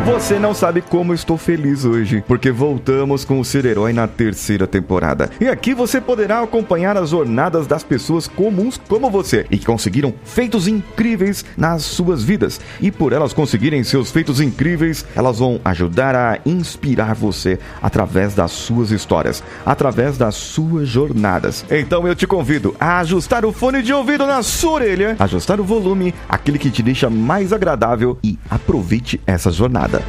Você não sabe como estou feliz hoje, porque voltamos com o Ser Herói na 3ª temporada. E aqui você poderá acompanhar as jornadas das pessoas comuns como você e que conseguiram feitos incríveis nas suas vidas. E por elas conseguirem seus feitos incríveis, elas vão ajudar a inspirar você através das suas histórias, através das suas jornadas. Então eu te convido a ajustar o fone de ouvido na sua orelha, ajustar o volume, aquele que te deixa mais agradável, e aproveite essa jornada.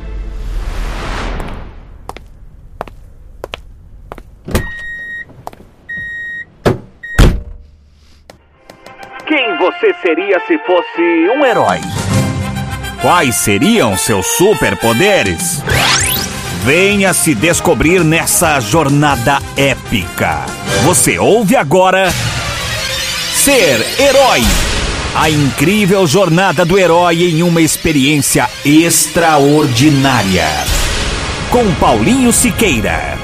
Quem você seria se fosse um herói? Quais seriam seus superpoderes? Venha se descobrir nessa jornada épica. Você ouve agora Ser Herói. A incrível jornada do herói em uma experiência extraordinária. Com Paulinho Siqueira.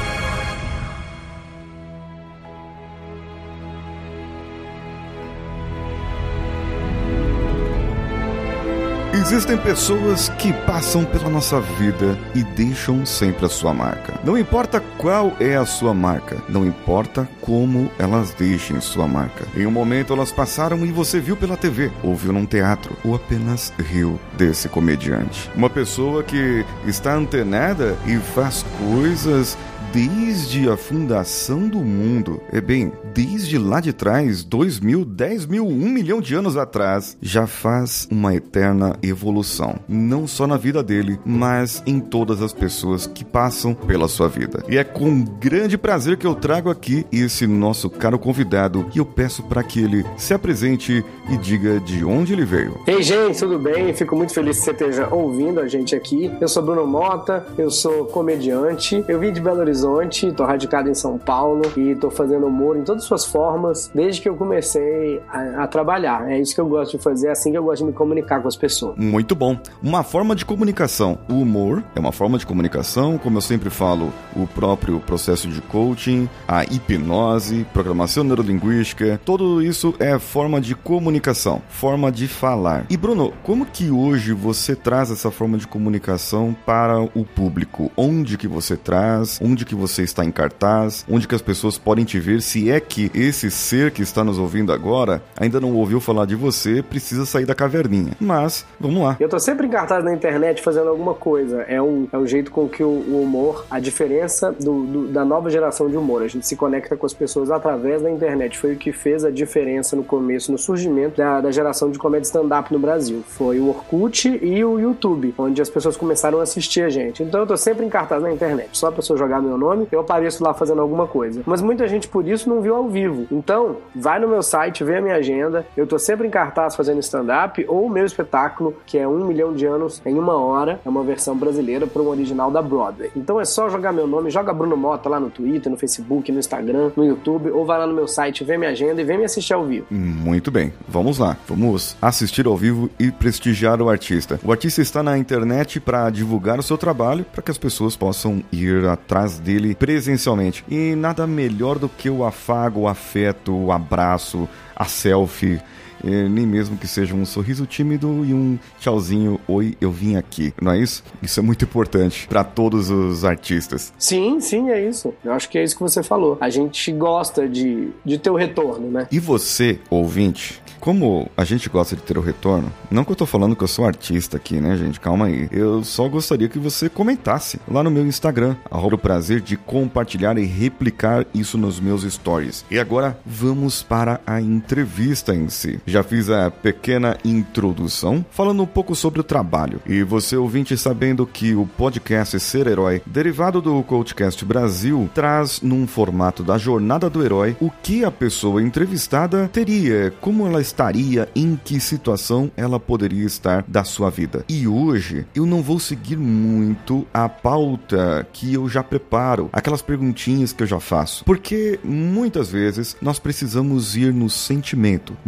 Existem pessoas que passam pela nossa vida e deixam sempre a sua marca. Não importa qual é a sua marca, não importa como elas deixem sua marca. Em um momento elas passaram e você viu pela TV, ouviu num teatro, ou apenas riu desse comediante. Uma pessoa que está antenada e faz coisas desde a fundação do mundo. Desde lá de trás, 2.000, 10.000, 1 milhão de anos atrás, já faz uma eterna evolução. Não só na vida dele, mas em todas as pessoas que passam pela sua vida. E é com grande prazer que eu trago aqui esse nosso caro convidado, e eu peço para que ele se apresente e diga de onde ele veio. Ei, gente, tudo bem? Fico muito feliz que você esteja ouvindo a gente aqui. Eu sou Bruno Mota, eu sou comediante, eu vim de Belo Horizonte, tô radicado em São Paulo e tô fazendo humor em todas as suas formas desde que eu comecei a trabalhar. É isso que eu gosto de fazer, é assim que eu gosto de me comunicar com as pessoas. Muito bom. Uma forma de comunicação. O humor é uma forma de comunicação, como eu sempre falo, o próprio processo de coaching, a hipnose, programação neurolinguística, tudo isso é forma de comunicação, forma de falar. E Bruno, como que hoje você traz essa forma de comunicação para o público? Onde que você traz? Onde que você está em cartaz? Onde que as pessoas podem te ver? Se é que esse ser que está nos ouvindo agora ainda não ouviu falar de você, precisa sair da caverninha. Mas, vamos lá. Eu tô sempre em cartaz na internet fazendo alguma coisa. É um jeito com que o humor, a diferença da nova geração de humor, a gente se conecta com as pessoas através da internet. Foi o que fez a diferença no começo, no surgimento da geração de comédia stand-up no Brasil. Foi o Orkut e o YouTube, onde as pessoas começaram a assistir a gente. Então eu tô sempre em cartaz na internet. Só a pessoa jogar meu nome, eu apareço lá fazendo alguma coisa. Mas muita gente por isso não viu ao vivo. Então, vai no meu site, vê a minha agenda. Eu tô sempre em cartaz fazendo stand-up, ou o meu espetáculo, que é 1 milhão de anos em 1 hora. É uma versão brasileira para um original da Broadway. Então é só jogar meu nome, joga Bruno Mota lá no Twitter, no Facebook, no Instagram, no YouTube, ou vai lá no meu site, vê minha agenda e vem me assistir ao vivo. Muito bem, vamos lá. Vamos assistir ao vivo e prestigiar o artista. O artista está na internet para divulgar o seu trabalho, para que as pessoas possam ir atrás dele presencialmente. E nada melhor do que o afago, o afeto, o abraço, a selfie, nem mesmo que seja um sorriso tímido e um tchauzinho, oi, eu vim aqui. Não é isso? Isso é muito importante para todos os artistas. Sim, é isso. Eu acho que é isso que você falou. A gente gosta de ter o retorno, né? E você, ouvinte, como a gente gosta de ter o retorno, não que eu tô falando que eu sou artista aqui, né, gente? Calma aí. Eu só gostaria que você comentasse lá no meu Instagram, @o prazer de compartilhar e replicar isso nos meus stories. E agora vamos para a entrevista em si. Já fiz a pequena introdução, falando um pouco sobre o trabalho. E você, ouvinte, sabendo que o podcast Ser Herói, derivado do Coachcast Brasil, traz num formato da jornada do herói o que a pessoa entrevistada teria, como ela estaria, em que situação ela poderia estar da sua vida. E hoje eu não vou seguir muito a pauta que eu já preparo, aquelas perguntinhas que eu já faço, porque muitas vezes nós precisamos ir no sentimento, no improviso,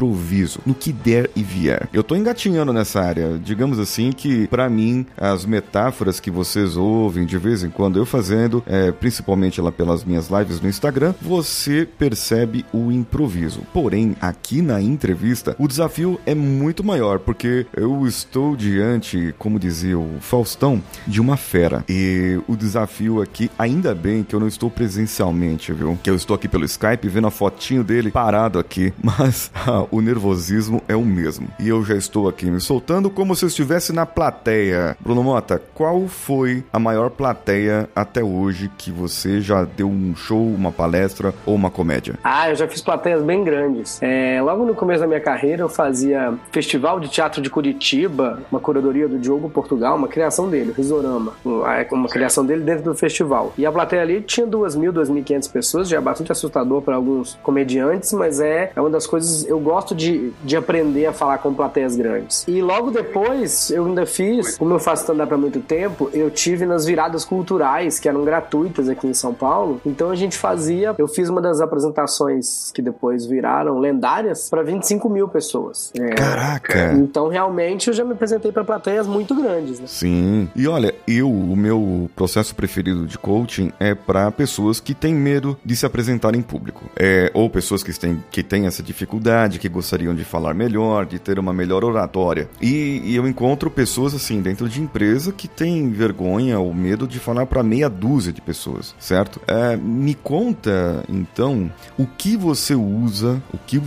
improviso, no que der e vier. Eu tô engatinhando nessa área, digamos assim que, pra mim, as metáforas que vocês ouvem de vez em quando eu fazendo, principalmente lá pelas minhas lives no Instagram, você percebe o improviso. Porém, aqui na entrevista, o desafio é muito maior, porque eu estou diante, como dizia o Faustão, de uma fera. E o desafio aqui, ainda bem que eu não estou presencialmente, viu? Que eu estou aqui pelo Skype vendo a fotinho dele parado aqui, mas o nervosismo é o mesmo. E eu já estou aqui me soltando como se eu estivesse na plateia. Bruno Mota, qual foi a maior plateia até hoje que você já deu um show, uma palestra ou uma comédia? Eu já fiz plateias bem grandes. Logo no começo da minha carreira eu fazia Festival de Teatro de Curitiba, uma curadoria do Diogo Portugal, uma criação dele, Risorama, uma criação dele dentro do festival. E a plateia ali tinha 2.000, 2.500 pessoas, já é bastante assustador para alguns comediantes, mas é uma das coisas, eu gosto de aprender a falar com plateias grandes. E logo depois eu ainda fiz, como eu faço stand-up há muito tempo, eu tive nas viradas culturais, que eram gratuitas aqui em São Paulo, então a gente eu fiz uma das apresentações que depois viraram lendárias para 25 mil pessoas. Caraca! Então realmente eu já me apresentei para plateias muito grandes, né? Sim. E olha, o meu processo preferido de coaching é para pessoas que têm medo de se apresentar em público. Ou pessoas que têm essa dificuldade, que gostariam de falar melhor, de ter uma melhor oratória. E eu encontro pessoas assim, dentro de empresa, que têm vergonha ou medo de falar para meia dúzia de pessoas, certo? Me conta, então, o que você usa,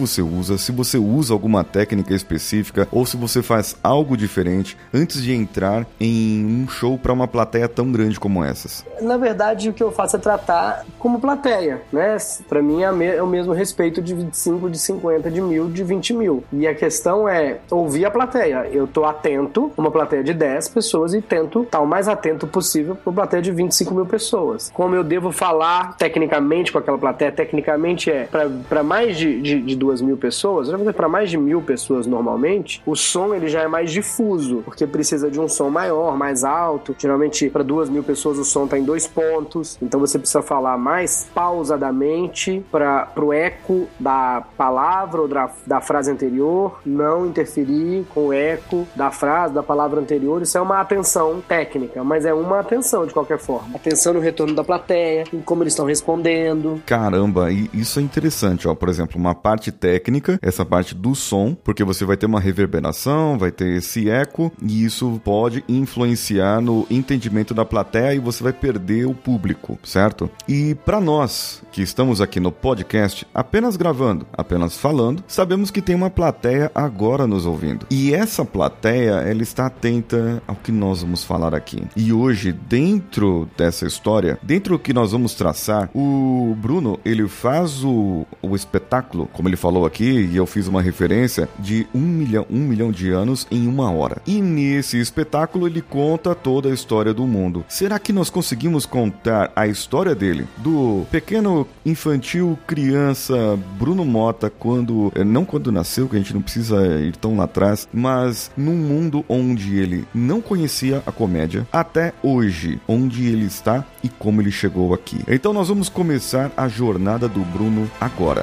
se você usa alguma técnica específica ou se você faz algo diferente antes de entrar em um show para uma plateia tão grande como essas. Na verdade, o que eu faço é tratar como plateia, né? Para mim é o mesmo respeito de 25, de 50, de 1.000, de 20 mil. E a questão é ouvir a plateia. Eu tô atento, uma plateia de 10 pessoas, e tento estar o mais atento possível para uma plateia de 25 mil pessoas. Como eu devo falar tecnicamente com aquela plateia, tecnicamente para mais de 2.000 pessoas, para mais de 1.000 pessoas normalmente, o som ele já é mais difuso, porque precisa de um som maior, mais alto. Geralmente para 2.000 pessoas o som está em 2 pontos, então você precisa falar mais pausadamente para o eco da palavra ou da frase anterior não interferir com o eco da frase, da palavra anterior. Isso é uma atenção técnica, mas é uma atenção de qualquer forma. Atenção no retorno da plateia, em como eles estão respondendo. Caramba, e isso é interessante, ó. Por exemplo, uma parte técnica, essa parte do som, porque você vai ter uma reverberação, vai ter esse eco, e isso pode influenciar no entendimento da plateia e você vai perder o público, certo? E para nós que estamos aqui no podcast, apenas gravando, apenas falando, sabemos que tem uma plateia agora nos ouvindo. E essa plateia, ela está atenta ao que nós vamos falar aqui. E hoje, dentro dessa história, dentro do que nós vamos traçar, o Bruno, ele faz o espetáculo, como ele falou aqui, e eu fiz uma referência, de 1 milhão de anos em 1 hora. E nesse espetáculo ele conta toda a história do mundo. Será que nós conseguimos contar a história dele, do pequeno infantil, criança Bruno Mota, não quando nasceu, que a gente não precisa ir tão lá atrás, mas num mundo onde ele não conhecia a comédia, até hoje, onde ele está e como ele chegou aqui. Então nós vamos começar a jornada do Bruno agora.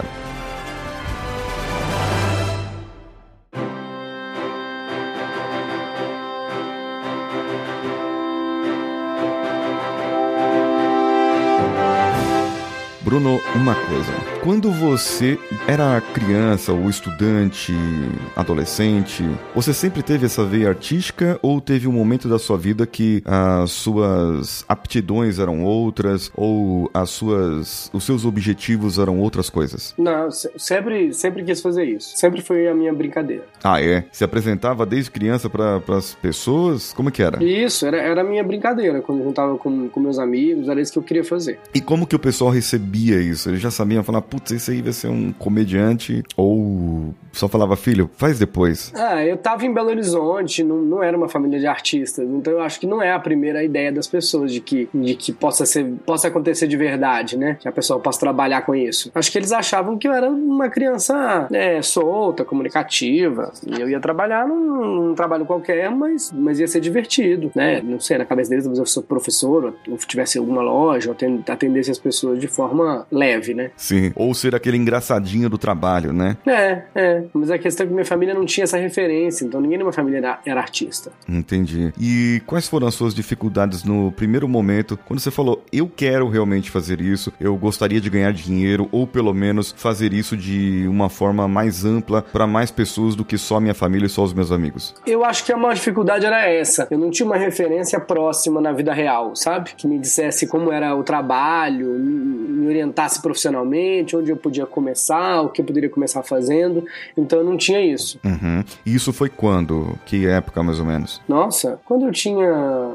Bruno, uma coisa. Quando você era criança ou estudante, adolescente, você sempre teve essa veia artística ou teve um momento da sua vida que as suas aptidões eram outras ou os seus objetivos eram outras coisas? Não, sempre quis fazer isso. Sempre foi a minha brincadeira. Ah, é? Se apresentava desde criança para as pessoas? Como que era? Isso, era a minha brincadeira. Quando eu juntava com meus amigos, era isso que eu queria fazer. E como que o pessoal recebia isso? Eles já sabiam falar, putz, esse aí vai ser um comediante? Ou só falava, filho, faz depois? Eu tava em Belo Horizonte, não era uma família de artistas, então eu acho que não é a primeira ideia das pessoas de que possa acontecer de verdade, né? Que a pessoa possa trabalhar com isso. Acho que eles achavam que eu era uma criança solta, comunicativa, e eu ia trabalhar num trabalho qualquer, mas ia ser divertido, né? Não sei, na cabeça deles, talvez eu sou professor, ou tivesse alguma loja, ou atendesse as pessoas de forma forma leve, né? Sim, ou ser aquele engraçadinho do trabalho, né? Mas a questão é que minha família não tinha essa referência, então ninguém na minha família era artista. Entendi. E quais foram as suas dificuldades no primeiro momento, quando você falou, eu quero realmente fazer isso, eu gostaria de ganhar dinheiro, ou pelo menos fazer isso de uma forma mais ampla para mais pessoas do que só minha família e só os meus amigos? Eu acho que a maior dificuldade era essa. Eu não tinha uma referência próxima na vida real, sabe? Que me dissesse como era o trabalho, me orientasse profissionalmente, onde eu podia começar, o que eu poderia começar fazendo. Então eu não tinha isso. Uhum. E isso foi quando? Que época, mais ou menos? Nossa, quando eu tinha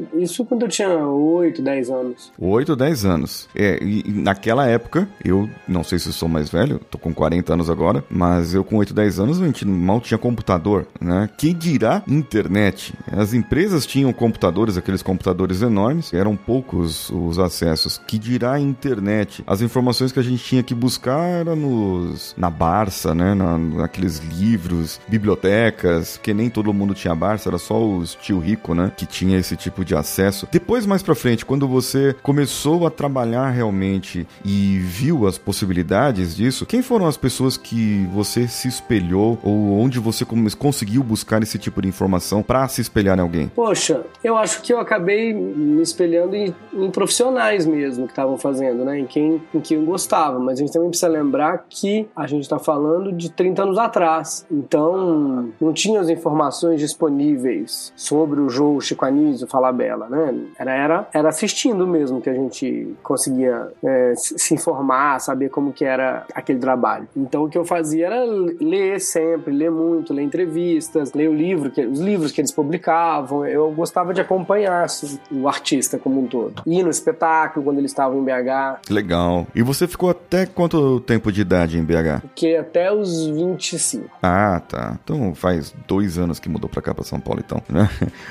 8, 10 anos. 8, 10 anos. E naquela época, eu não sei se eu sou mais velho, tô com 40 anos agora, mas eu com 8, 10 anos, a gente mal tinha computador, né? Que dirá internet? As empresas tinham computadores, aqueles computadores enormes, eram poucos os acessos. Que dirá internet? As informações que a gente tinha que buscar era na Barça, né? Naqueles livros, bibliotecas, que nem todo mundo tinha Barça, era só os tio rico, né? Que tinha esse tipo de acesso. Depois, mais pra frente, quando você começou a trabalhar realmente e viu as possibilidades disso, quem foram as pessoas que você se espelhou ou onde você conseguiu buscar esse tipo de informação pra se espelhar em alguém? Poxa, eu acho que eu acabei me espelhando em profissionais mesmo que estavam fazendo, né? Em quem eu gostava, mas a gente também precisa lembrar que a gente tá falando de 30 anos atrás, então não tinha as informações disponíveis sobre o Jô, o Chico Anísio, Falabella, né? Era assistindo mesmo que a gente conseguia se informar, saber como que era aquele trabalho. Então o que eu fazia era ler sempre, ler muito, ler entrevistas, ler os livros que eles publicavam. Eu gostava de acompanhar assim, o artista como um todo. Ir no espetáculo quando eles estavam em BH. Legal. E você ficou até quanto tempo de idade em BH? Fiquei até os 25. Ah, tá. Então faz 2 anos que mudou pra cá, pra São Paulo, então, né?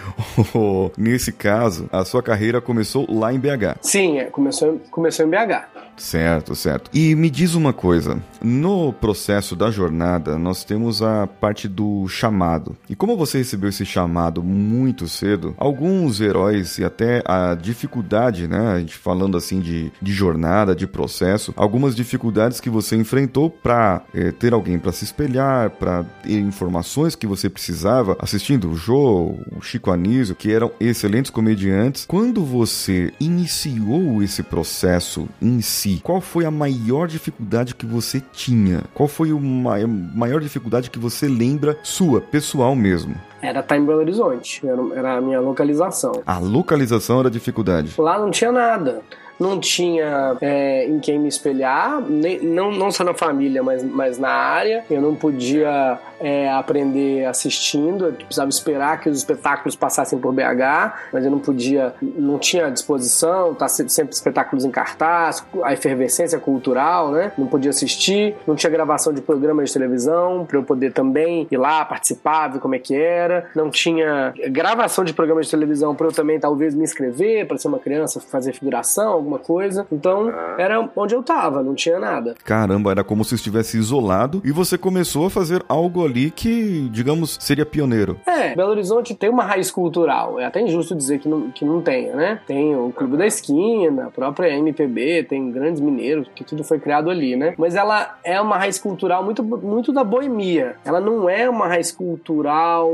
Nesse caso, a sua carreira começou lá em BH. Sim, começou em BH. Certo, certo. E me diz uma coisa, no processo da jornada, nós temos a parte do chamado. E como você recebeu esse chamado muito cedo, alguns heróis e até a dificuldade, né, a gente falando assim de jornada, de processo, algumas dificuldades que você enfrentou para ter alguém para se espelhar, para ter informações que você precisava, assistindo o Jô, o Chico Anísio, que eram excelentes comediantes. Quando você iniciou esse processo em si, qual foi a maior dificuldade que você tinha? Qual foi a maior dificuldade que você lembra sua, pessoal mesmo? Era estar em Belo Horizonte, era a minha localização. A localização era a dificuldade? Lá não tinha nada. Não tinha em quem me espelhar, não só na família, mas na área. Eu não podia aprender assistindo, eu precisava esperar que os espetáculos passassem por BH, mas eu não tinha disposição, tá sempre espetáculos em cartaz, a efervescência cultural, né? Não podia assistir, não tinha gravação de programas de televisão para eu poder também ir lá, participar, ver como é que era. Não tinha gravação de programas de televisão para eu também talvez me inscrever, para ser uma criança, fazer figuração, alguma coisa. Então, era onde eu tava, não tinha nada. Caramba, era como se estivesse isolado e você começou a fazer algo ali que, digamos, seria pioneiro. Belo Horizonte tem uma raiz cultural. É até injusto dizer que não tenha, né? Tem o Clube da Esquina, a própria MPB, tem grandes mineiros, que tudo foi criado ali, né? Mas ela é uma raiz cultural muito, muito da boemia. Ela não é uma raiz cultural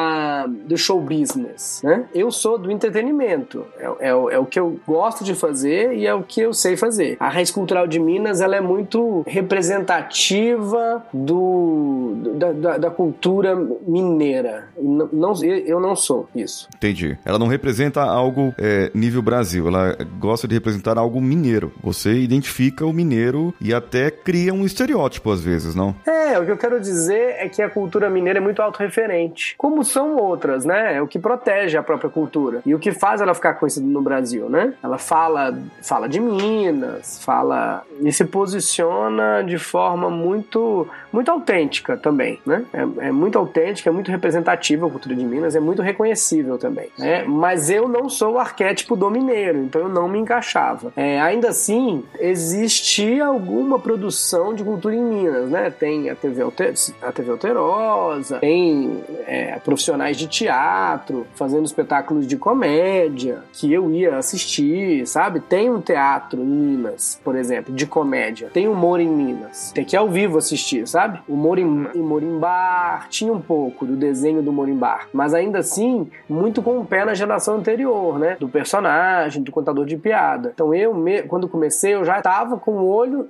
do show business, né? Eu sou do entretenimento. É o que eu gosto de fazer e é o que eu sei fazer. A raiz cultural de Minas, ela é muito representativa da cultura mineira. Eu não sou isso. Entendi. Ela não representa algo nível Brasil, ela gosta de representar algo mineiro. Você identifica o mineiro e até cria um estereótipo às vezes, não? O que eu quero dizer é que a cultura mineira é muito autorreferente. Como são outras, né? É o que protege a própria cultura. E o que faz ela ficar conhecida no Brasil, né? Ela fala de Minas, e se posiciona de forma muito, muito autêntica também. né? É muito autêntica, é muito representativa a cultura de Minas, é muito reconhecível também, né? Mas eu não sou o arquétipo do mineiro, então eu não me encaixava. Ainda assim, existia alguma produção de cultura em Minas, né? Tem a TV Alterosa, tem profissionais de teatro fazendo espetáculos de comédia que eu ia assistir, sabe? Tem um teatro em Minas, por exemplo, de comédia. Tem humor em Minas. Tem que ir ao vivo assistir, sabe? Humor em bar, tinha um pouco do desenho do humor em bar, mas ainda assim, muito com o pé na geração anterior, né? Do personagem, do contador de piada. Então quando comecei, eu já estava com o olho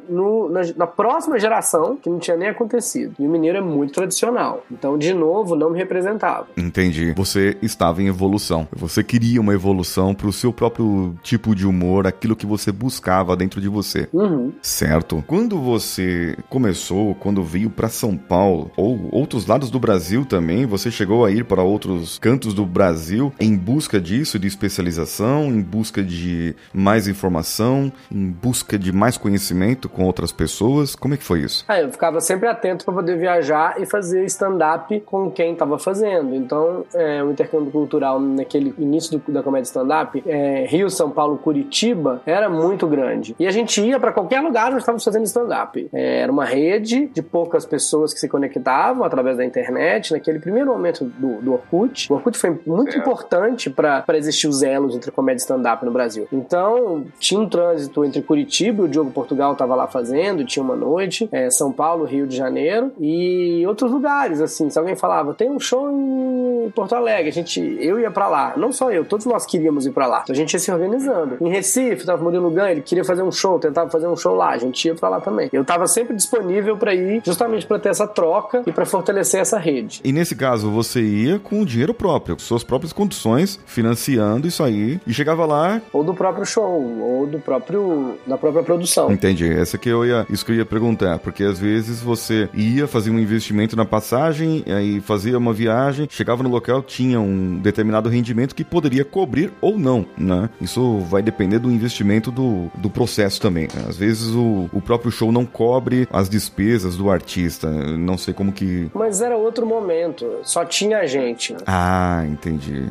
na próxima geração, que não tinha nem acontecido. E o mineiro é muito tradicional. Então, de novo, não me representava. Entendi. Você estava em evolução. Você queria uma evolução pro seu próprio tipo de humor, aquilo que você buscava dentro de você. Uhum. Certo. Quando você começou, quando veio para São Paulo, ou outros lados do Brasil também, você chegou a ir para outros cantos do Brasil em busca disso, de especialização, em busca de mais informação, em busca de mais conhecimento com outras pessoas? Como é que foi isso? Eu ficava sempre atento para poder viajar e fazer stand-up com quem estava fazendo. Então, o intercâmbio cultural naquele início da comédia stand-up, Rio, São Paulo, Curitiba, era muito grande. E a gente ia para qualquer lugar onde estávamos fazendo stand-up. Era uma rede de poucas pessoas que se conectavam através da internet. Naquele primeiro momento do Orkut. O Orkut foi muito importante para existir os elos entre comédia e stand-up no Brasil. Então, tinha um trânsito entre Curitiba, o Diogo Portugal estava lá fazendo, tinha uma noite, São Paulo, Rio de Janeiro e outros lugares, assim. Se alguém falava, tem um show em Porto Alegre, eu ia pra lá. Não só eu, todos nós queríamos ir pra lá. Então a gente ia se organizando. Em Recife, tava Murilo Gun, ele queria fazer um show, tentava fazer um show lá, a gente ia pra lá também. Eu tava sempre disponível pra ir, justamente pra ter essa troca e pra fortalecer essa rede. E nesse caso, você ia com o dinheiro próprio, com suas próprias condições, financiando isso aí, e chegava lá... Ou do próprio show, ou da própria produção. Entendi. Isso que eu ia perguntar, porque às vezes você ia fazer um investimento na passagem, aí fazia uma viagem, chegava no local, tinha um determinado rendimento que poderia cobrir ou não, né? Isso vai depender do investimento do processo também, né? Às vezes o próprio show não cobre as despesas do artista, não sei como que... Mas era outro momento, só tinha gente. Ah, entendi.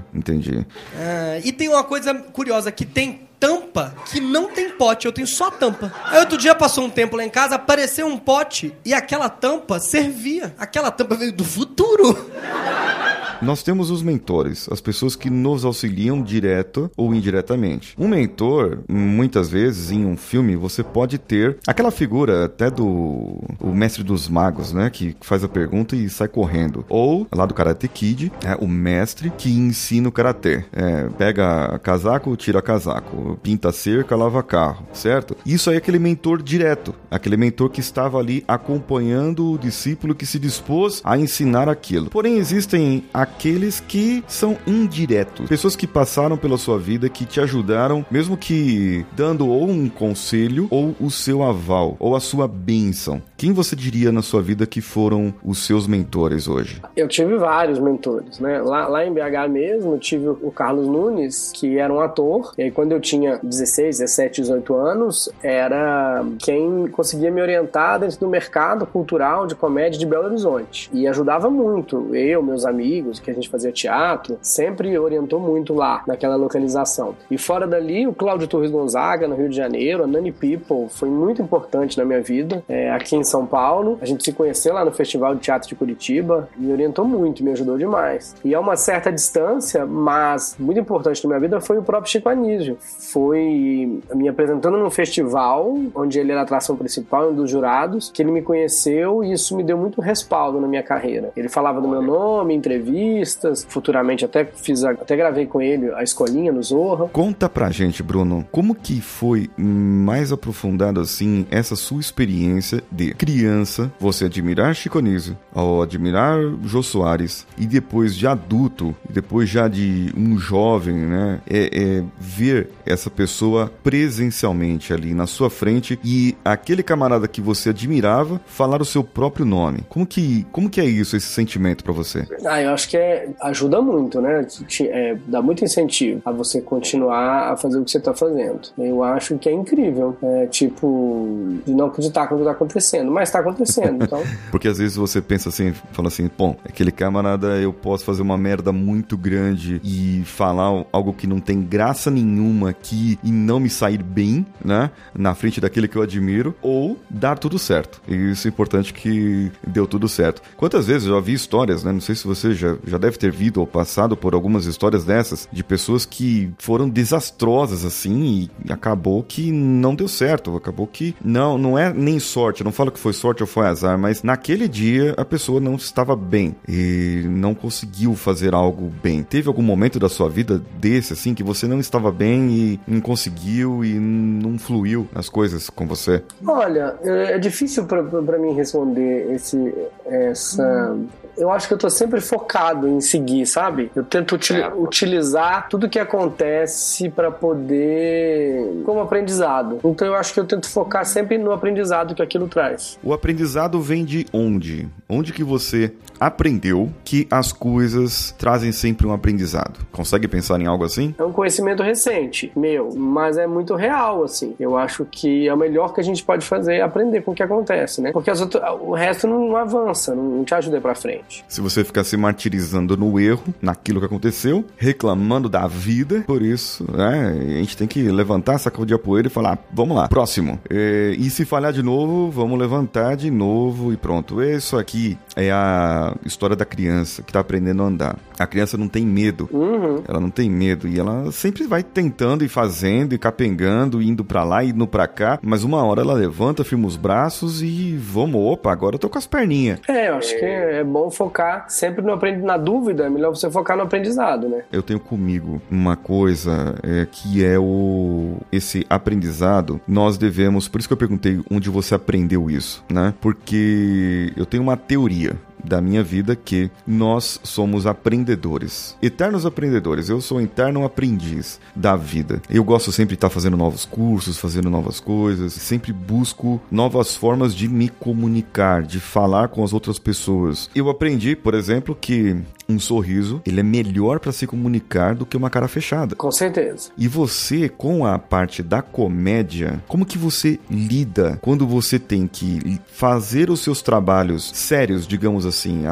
E tem uma coisa curiosa, que tem tampa que não tem pote, eu tenho só tampa. Aí outro dia passou um tempo lá em casa, apareceu um pote e aquela tampa servia. Aquela tampa veio do futuro. Nós temos os mentores, as pessoas que nos auxiliam direto ou indiretamente. Um mentor, muitas vezes, em um filme, você pode ter aquela figura até o mestre dos magos, né? Que faz a pergunta e sai correndo. Ou, lá do Karate Kid, o mestre que ensina o karatê. Pega casaco, tira casaco. Pinta cerca, lava carro, certo? Isso aí é aquele mentor direto. Aquele mentor que estava ali acompanhando o discípulo que se dispôs a ensinar aquilo. Porém, existem aqueles que são indiretos. Pessoas que passaram pela sua vida, que te ajudaram, mesmo que dando ou um conselho, ou o seu aval, ou a sua bênção. Quem você diria na sua vida que foram os seus mentores hoje? Eu tive vários mentores, né? Lá em BH mesmo, eu tive o Carlos Nunes, que era um ator, e aí quando eu tinha 16, 17, 18 anos, era quem conseguia me orientar dentro do mercado cultural de comédia de Belo Horizonte. E ajudava muito. Meus amigos, que a gente fazia teatro, sempre orientou muito lá, naquela localização. E fora dali, o Cláudio Torres Gonzaga, no Rio de Janeiro, a Nani People, foi muito importante na minha vida. Aqui em São Paulo, a gente se conheceu lá no Festival de Teatro de Curitiba, me orientou muito, me ajudou demais. E a uma certa distância, mas muito importante na minha vida, foi o próprio Chico Anísio. Foi me apresentando num festival, onde ele era a atração principal, um dos jurados, que ele me conheceu e isso me deu muito respaldo na minha carreira. Ele falava do meu nome, entrevistas, futuramente até gravei com ele a Escolinha no Zorra. Conta pra gente, Bruno, como que foi mais aprofundado assim essa sua experiência de criança, você admirar Chico Anísio, ao admirar Jô Soares, e depois de adulto, depois já de um jovem, né, ver essa pessoa presencialmente ali na sua frente e aquele camarada que você admirava falar o seu próprio nome. Como que é isso, esse sentimento pra você? Eu acho que ajuda muito, né? Dá muito incentivo a você continuar a fazer o que você tá fazendo. Eu acho que é incrível. De não acreditar quando tá acontecendo. Mas tá acontecendo, então... Porque às vezes você pensa assim, fala assim, bom, aquele camarada, eu posso fazer uma merda muito grande e falar algo que não tem graça nenhuma aqui e não me sair bem, né? Na frente daquele que eu admiro, ou dar tudo certo. E isso é importante que deu tudo certo. Quantas vezes eu já vi histórias, né? Não sei se você já deve ter visto ou passado por algumas histórias dessas, de pessoas que foram desastrosas, assim, e acabou que não deu certo. Acabou que não é nem sorte. Eu não falo que foi sorte ou foi azar, mas naquele dia a pessoa não estava bem e não conseguiu fazer algo bem. Teve algum momento da sua vida desse, assim, que você não estava bem e não conseguiu e não fluiu as coisas com você? Olha, é difícil pra mim responder essa... Eu acho que eu tô sempre focado em seguir, sabe? Eu tento utilizar tudo que acontece pra poder... como aprendizado. Então eu acho que eu tento focar sempre no aprendizado que aquilo traz. O aprendizado vem de onde? Onde que você aprendeu que as coisas trazem sempre um aprendizado? Consegue pensar em algo assim? É um conhecimento recente, mas é muito real, assim. Eu acho que é o melhor que a gente pode fazer é aprender com o que acontece, né? Porque o resto não avança, não te ajuda pra frente. Se você ficar se martirizando no erro, naquilo que aconteceu, reclamando da vida, por isso, né, a gente tem que levantar, sacudir a poeira e falar, vamos lá, próximo. E se falhar de novo, vamos levantar de novo e pronto. Isso aqui é a história da criança que tá aprendendo a andar. A criança não tem medo. Ela não tem medo e ela sempre vai tentando e fazendo e capengando, indo pra lá e indo pra cá, mas uma hora ela levanta, firma os braços e opa, agora eu tô com as perninhas. Eu acho que é bom focar sempre na dúvida, é melhor você focar no aprendizado, né? Eu tenho comigo uma coisa que é esse aprendizado, nós devemos, por isso que eu perguntei onde você aprendeu isso, né? Porque eu tenho uma teoria da minha vida que nós somos aprendedores, eternos aprendedores. Eu sou um eterno aprendiz da vida. Eu gosto sempre de estar fazendo novos cursos, fazendo novas coisas, sempre busco novas formas de me comunicar, de falar com as outras pessoas. Eu aprendi, por exemplo, que um sorriso, ele é melhor para se comunicar do que uma cara fechada. Com certeza. E você, com a parte da comédia, como que você lida quando você tem que fazer os seus trabalhos sérios, digamos assim,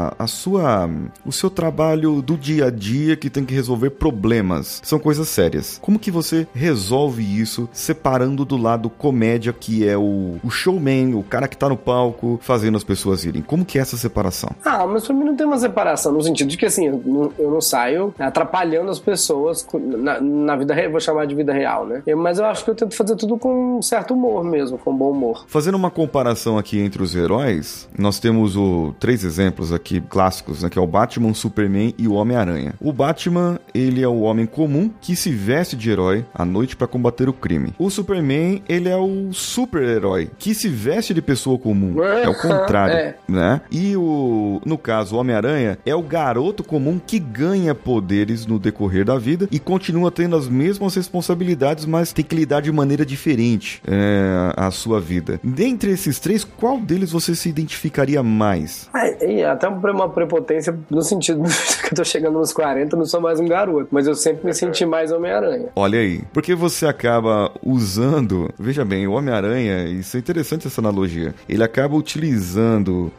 o seu trabalho do dia a dia que tem que resolver problemas, são coisas sérias. Como que você resolve isso separando do lado comédia, que é o showman, o cara que tá no palco fazendo as pessoas irem? Como que é essa separação? Mas pra mim não tem uma separação, no sentido de que assim, eu não saio atrapalhando as pessoas na vida real, vou chamar de vida real, né? Mas eu acho que eu tento fazer tudo com um certo humor mesmo, com bom humor. Fazendo uma comparação aqui entre os heróis, nós temos 3 exemplos aqui clássicos, né? Que é o Batman, o Superman e o Homem-Aranha. O Batman, ele é o homem comum que se veste de herói à noite para combater o crime. O Superman, ele é o super-herói que se veste de pessoa comum. É o contrário, né? E no caso, o Homem-Aranha é o garoto comum que ganha poderes no decorrer da vida e continua tendo as mesmas responsabilidades, mas tem que lidar de maneira diferente a sua vida. Dentre esses 3, qual deles você se identificaria mais? Até uma prepotência no sentido que eu tô chegando nos 40, não sou mais um garoto, mas eu sempre me senti mais Homem-Aranha. Olha aí, porque você acaba usando, veja bem, o Homem-Aranha, isso é interessante essa analogia, ele acaba utilizando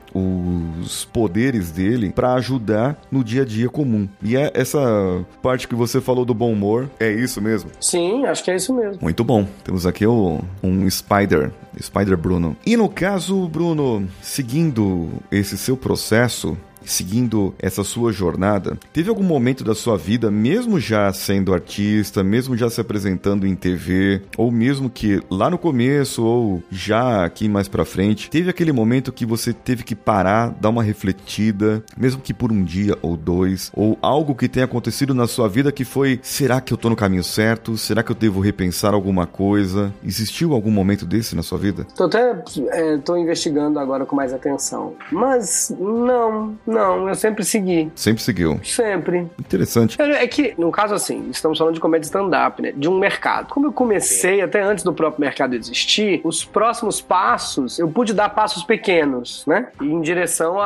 os poderes dele pra ajudar no dia a dia comum. E é essa parte que você falou do bom humor, é isso mesmo? Sim, acho que é isso mesmo. Muito bom. Temos aqui um Spider Bruno. E no caso, Bruno, seguindo esse seu processo, seguindo essa sua jornada, teve algum momento da sua vida, mesmo já sendo artista, mesmo já se apresentando em TV, ou mesmo que lá no começo, ou já aqui mais pra frente, teve aquele momento que você teve que parar, dar uma refletida, mesmo que por um dia ou 2, ou algo que tenha acontecido na sua vida que foi, será que eu tô no caminho certo? Será que eu devo repensar alguma coisa? Existiu algum momento desse na sua vida? Tô investigando agora com mais atenção. Mas não, Não, eu sempre segui. Sempre seguiu. Sempre. Interessante. É que, no caso assim, estamos falando de comédia stand-up, né? De um mercado. Como eu comecei, até antes do próprio mercado existir, os próximos passos, eu pude dar passos pequenos, né? Em direção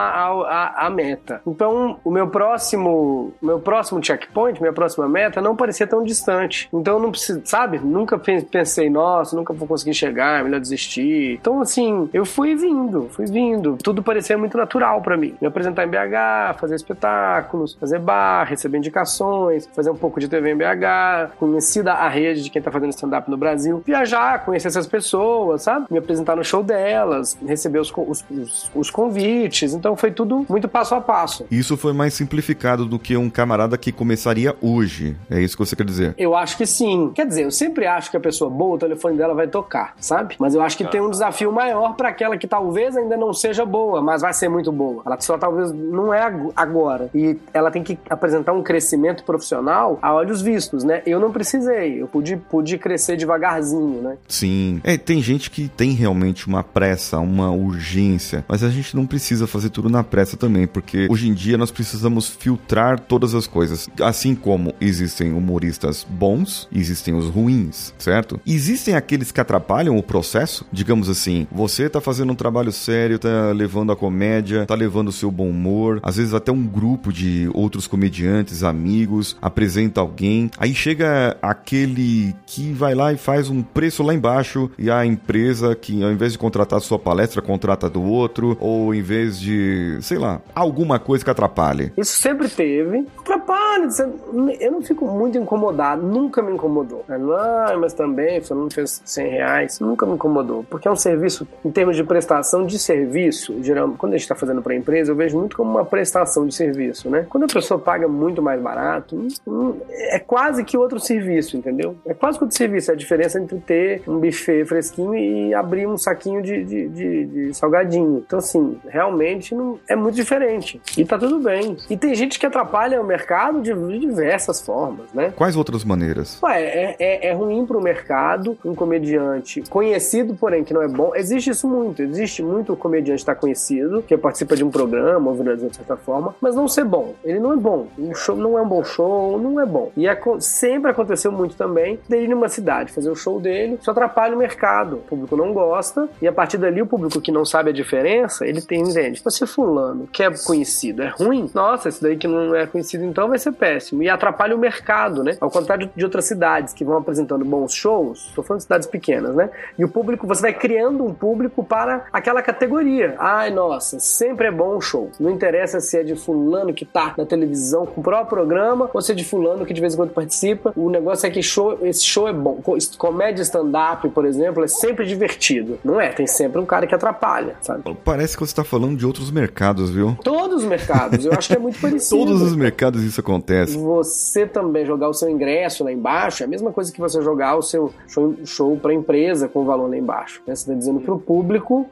à meta. Então, o meu próximo checkpoint, minha próxima meta, não parecia tão distante. Então, eu não preciso, sabe? Nunca pensei, nossa, nunca vou conseguir chegar, melhor desistir. Então, assim, eu fui vindo. Tudo parecia muito natural pra mim. Me apresentar em BH, fazer espetáculos, fazer bar, receber indicações, fazer um pouco de TV em BH, conheci a rede de quem tá fazendo stand-up no Brasil, viajar, conhecer essas pessoas, sabe? Me apresentar no show delas, receber os convites. Então, foi tudo muito passo a passo. Isso foi mais simplificado do que um camarada que começaria hoje. É isso que você quer dizer? Eu acho que sim. Quer dizer, eu sempre acho que a pessoa boa, o telefone dela vai tocar, sabe? Mas eu acho que tem um desafio maior pra aquela que talvez ainda não seja boa, mas vai ser muito boa. Ela só talvez não é agora. E ela tem que apresentar um crescimento profissional a olhos vistos, né? Eu não precisei. Eu pude crescer devagarzinho, né? Sim. Tem gente que tem realmente uma pressa, uma urgência, mas a gente não precisa fazer tudo na pressa também, porque hoje em dia nós precisamos filtrar todas as coisas. Assim como existem humoristas bons, existem os ruins, certo? Existem aqueles que atrapalham o processo, digamos assim, você tá fazendo um trabalho sério, tá levando a comédia, tá levando o seu bom humor, às vezes até um grupo de outros comediantes, amigos, apresenta alguém, aí chega aquele que vai lá e faz um preço lá embaixo, e a empresa que ao invés de contratar a sua palestra, contrata do outro, ou em vez de, sei lá, alguma coisa que atrapalhe. Isso sempre teve. Atrapalha, eu não fico muito incomodado, nunca me incomodou. Mas também, falando que fez R$100, nunca me incomodou, porque é um serviço, em termos de prestação de serviço, geralmente, quando a gente está fazendo para a empresa, eu vejo muito como uma prestação de serviço, né? Quando a pessoa paga muito mais barato, é quase que outro serviço, entendeu? É quase que outro serviço, é a diferença entre ter um buffet fresquinho e abrir um saquinho de salgadinho. Então, assim, realmente é muito diferente. E tá tudo bem. E tem gente que atrapalha o mercado de diversas formas, né? Quais outras maneiras? É ruim pro mercado um comediante conhecido, porém que não é bom. Existe isso muito. Existe muito comediante que tá conhecido, que participa de um programa, ou viraliza de certa forma, mas não ser bom. Ele não é bom. O show não é um bom show, não é bom. E sempre aconteceu muito também dele ir numa cidade fazer o show dele, isso atrapalha o mercado. O público não gosta, e a partir dali o público que não sabe a diferença, ele entende. Se fulano que é conhecido é ruim, nossa, esse daí que não é conhecido então vai ser péssimo. E atrapalha o mercado, né? Ao contrário de outras cidades que vão apresentando bons shows, tô falando de cidades pequenas, né? E o público, você vai criando um público para aquela categoria. Ai, nossa, sempre é bom o show. Não interessa se é de fulano que tá na televisão com o próprio programa, ou se é de fulano que de vez em quando participa. O negócio é que esse show é bom. Comédia stand-up, por exemplo, é sempre divertido. Não é? Tem sempre um cara que atrapalha, sabe? Parece que você tá falando de outros mercados, viu? Todos os mercados. Eu acho que é muito parecido. Todos os mercados isso acontece. Você também jogar o seu ingresso lá embaixo é a mesma coisa que você jogar o seu show pra empresa com o valor lá embaixo. Você tá dizendo pro público